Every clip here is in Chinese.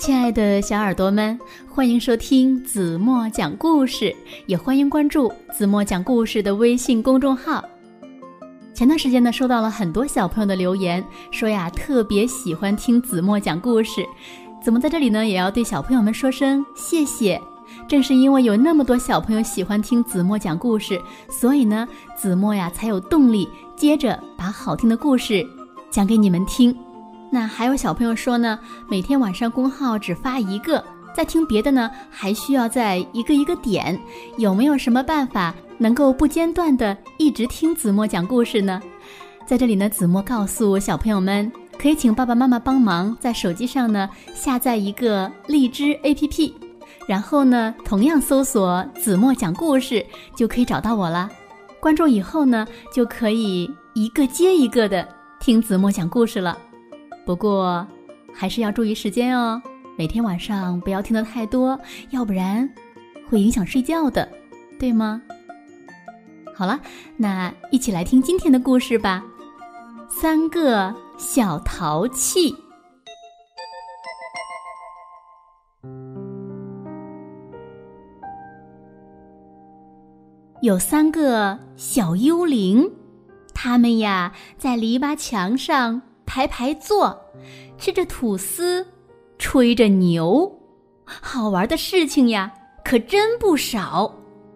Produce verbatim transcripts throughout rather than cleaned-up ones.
亲爱的小耳朵们，欢迎收听子墨讲故事，也欢迎关注子墨讲故事的微信公众号。前段时间呢，收到了很多小朋友的留言，说呀特别喜欢听子墨讲故事。子墨在这里呢，也要对小朋友们说声谢谢。正是因为有那么多小朋友喜欢听子墨讲故事，所以呢，子墨呀才有动力接着把好听的故事讲给你们听。那还有小朋友说呢，每天晚上公号只发一个，再听别的呢还需要再一个一个点，有没有什么办法能够不间断的一直听子墨讲故事呢？在这里呢，子墨告诉小朋友们，可以请爸爸妈妈帮忙在手机上呢下载一个荔枝 A P P， 然后呢同样搜索子墨讲故事就可以找到我了。关注以后呢，就可以一个接一个的听子墨讲故事了。不过还是要注意时间哦，每天晚上不要听得太多，要不然会影响睡觉的，对吗？好了，那一起来听今天的故事吧。三个小淘气。有三个小幽灵，他们呀在篱笆墙上排排坐，吃着吐司，吹着牛，好玩的事情呀可真不少。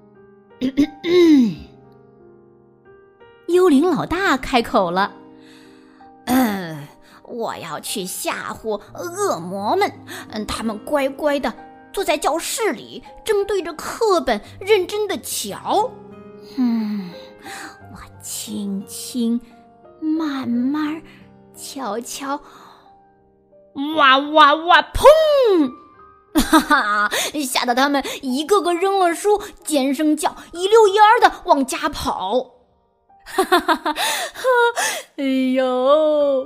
幽灵老大开口了， 嗯，我要去吓唬恶魔们，他们乖乖的坐在教室里，正对着课本认真的瞧。嗯，我轻轻慢慢瞧瞧，哇哇哇，砰！哈哈，吓得他们一个个扔了书，尖声叫，一溜烟儿的往家跑。哈哈哈哈！哎呦！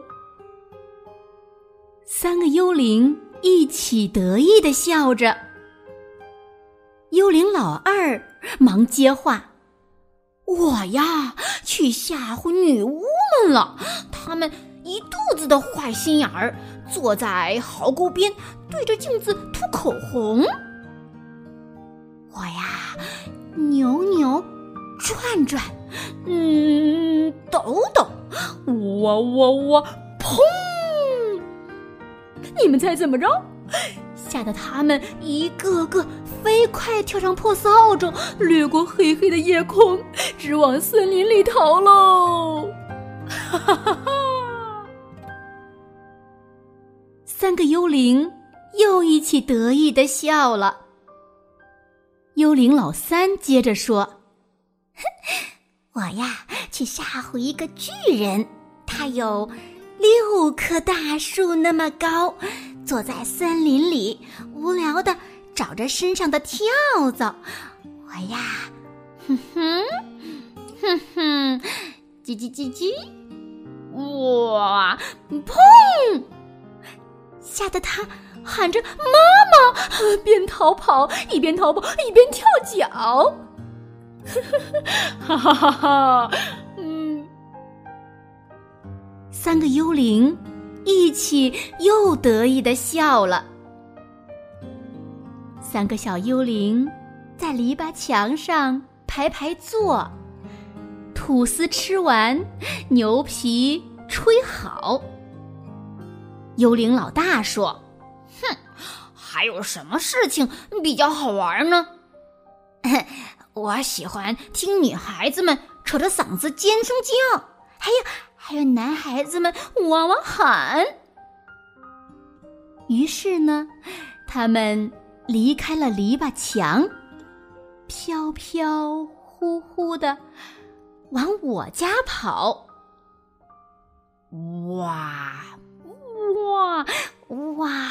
三个幽灵一起得意地笑着。幽灵老二忙接话：“ 我呀，去吓唬女巫们了，他们一肚子的坏心眼儿，坐在壕沟边，对着镜子涂口红。我呀，扭扭转转，嗯，抖抖，哇哇哇，砰！你们猜怎么着？吓得他们一个个飞快跳上破扫帚，掠过黑黑的夜空，直往森林里逃喽！哈哈哈哈！ 三个幽灵又一起得意地笑了。幽灵老三接着说：“ 我呀，去吓唬一个巨人，他有六棵大树那么高，坐在森林里，无聊的找着身上的跳蚤。我呀，哼哼，哼哼，叽叽叽叽，哇，砰！吓得他喊着妈妈，边逃跑一边逃跑一边跳脚。哈哈哈哈！嗯， 三个幽灵一起又得意地笑了。三个小幽灵在篱笆墙上排排坐，吐司吃完，牛皮吹好。幽灵老大说：“ 哼，还有什么事情比较好玩呢？我喜欢听女孩子们扯着嗓子尖声叫，还有还有男孩子们哇哇喊。” 于是呢，他们离开了篱笆墙，飘飘忽忽地往我家跑。 哇哇哇！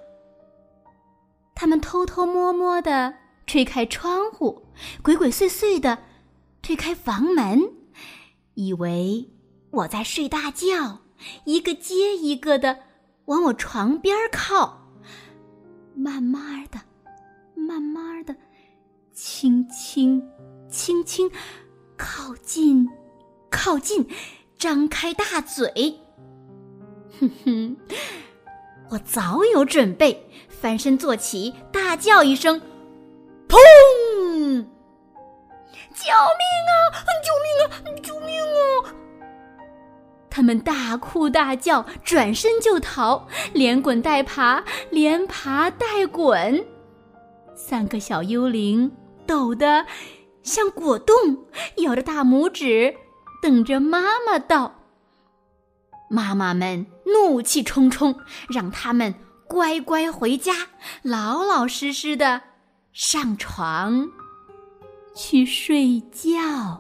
他们偷偷摸摸地吹开窗户，鬼鬼祟祟地推开房门，以为我在睡大觉，一个接一个地往我床边靠，慢慢的慢慢的轻轻轻轻靠近靠近，张开大嘴。哼哼， 我早有准备，翻身坐起，大叫一声，砰！救命啊！救命啊！救命啊！ 他们大哭大叫，转身就逃，连滚带爬，连爬带滚。三个小幽灵抖得像果冻，咬着大拇指，等着妈妈到。妈妈们怒气冲冲，让他们乖乖回家，老老实实的上床去睡觉。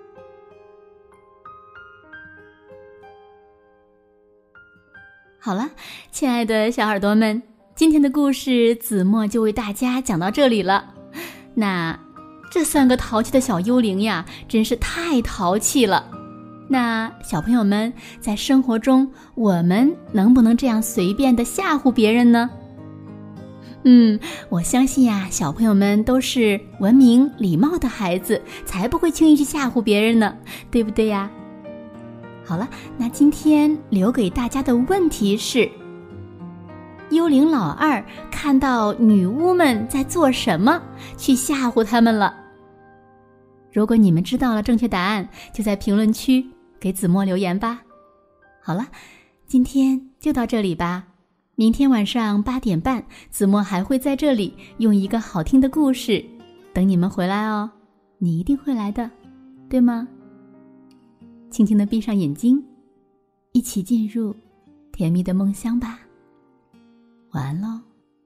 好了，亲爱的小耳朵们，今天的故事子墨就为大家讲到这里了。那这三个淘气的小幽灵呀，真是太淘气了。那小朋友们，在生活中我们能不能这样随便的吓唬别人呢？嗯，我相信呀，小朋友们都是文明礼貌的孩子，才不会轻易去吓唬别人呢，对不对呀？好了，那今天留给大家的问题是，幽灵老二看到女巫们在做什么，去吓唬他们了。如果你们知道了正确答案，就在评论区给子墨留言吧。好了，今天就到这里吧。明天晚上八点半，子墨还会在这里用一个好听的故事等你们回来哦。你一定会来的，对吗？轻轻地闭上眼睛，一起进入甜蜜的梦乡吧。晚安喽。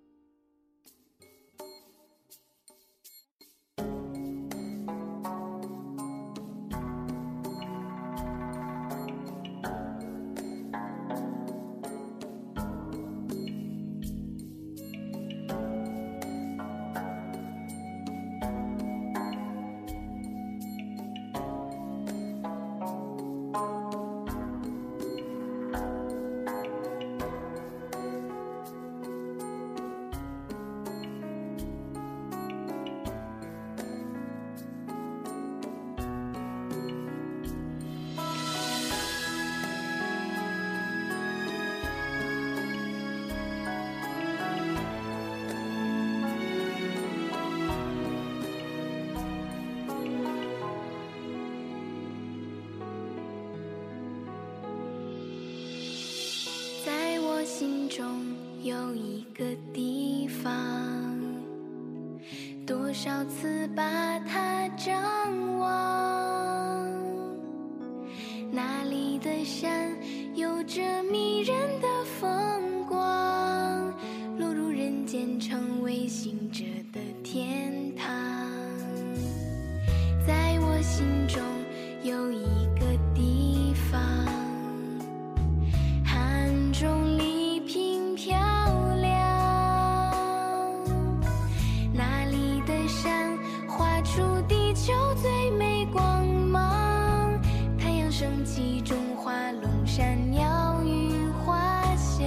心中有一个地方，多少次把它张望，那里的山有着迷人的风光，落入人间成为行者的天堂。在我心中有一个地方，汉中丽萍漂亮，那里的山画出地球最美光芒，太阳升起中华龙山鸟语花香。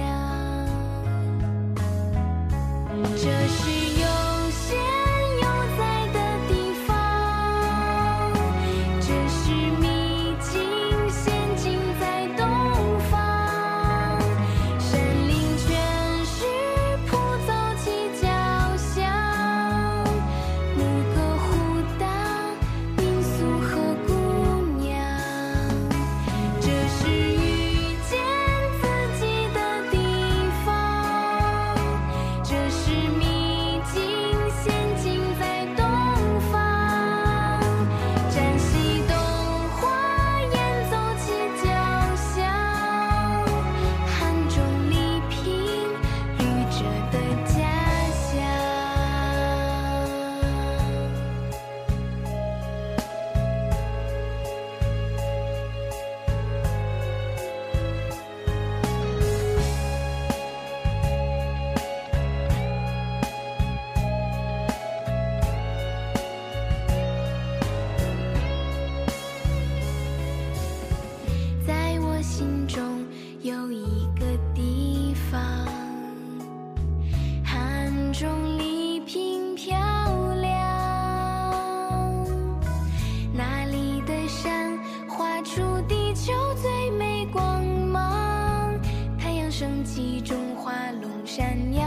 这是悠闲悠哉的地方，这是秘境仙境在东方，山林全是铺走起交响，牧歌互答民俗和姑娘。这是遇见自己的地方，这是秘境仙境在东方，占西东花演奏起交响，汉中丽萍旅者的家乡。在我心中有一个地方，汉中丽萍漂亮，那里的山画出地球最美光芒，太阳升起中华龙闪耀。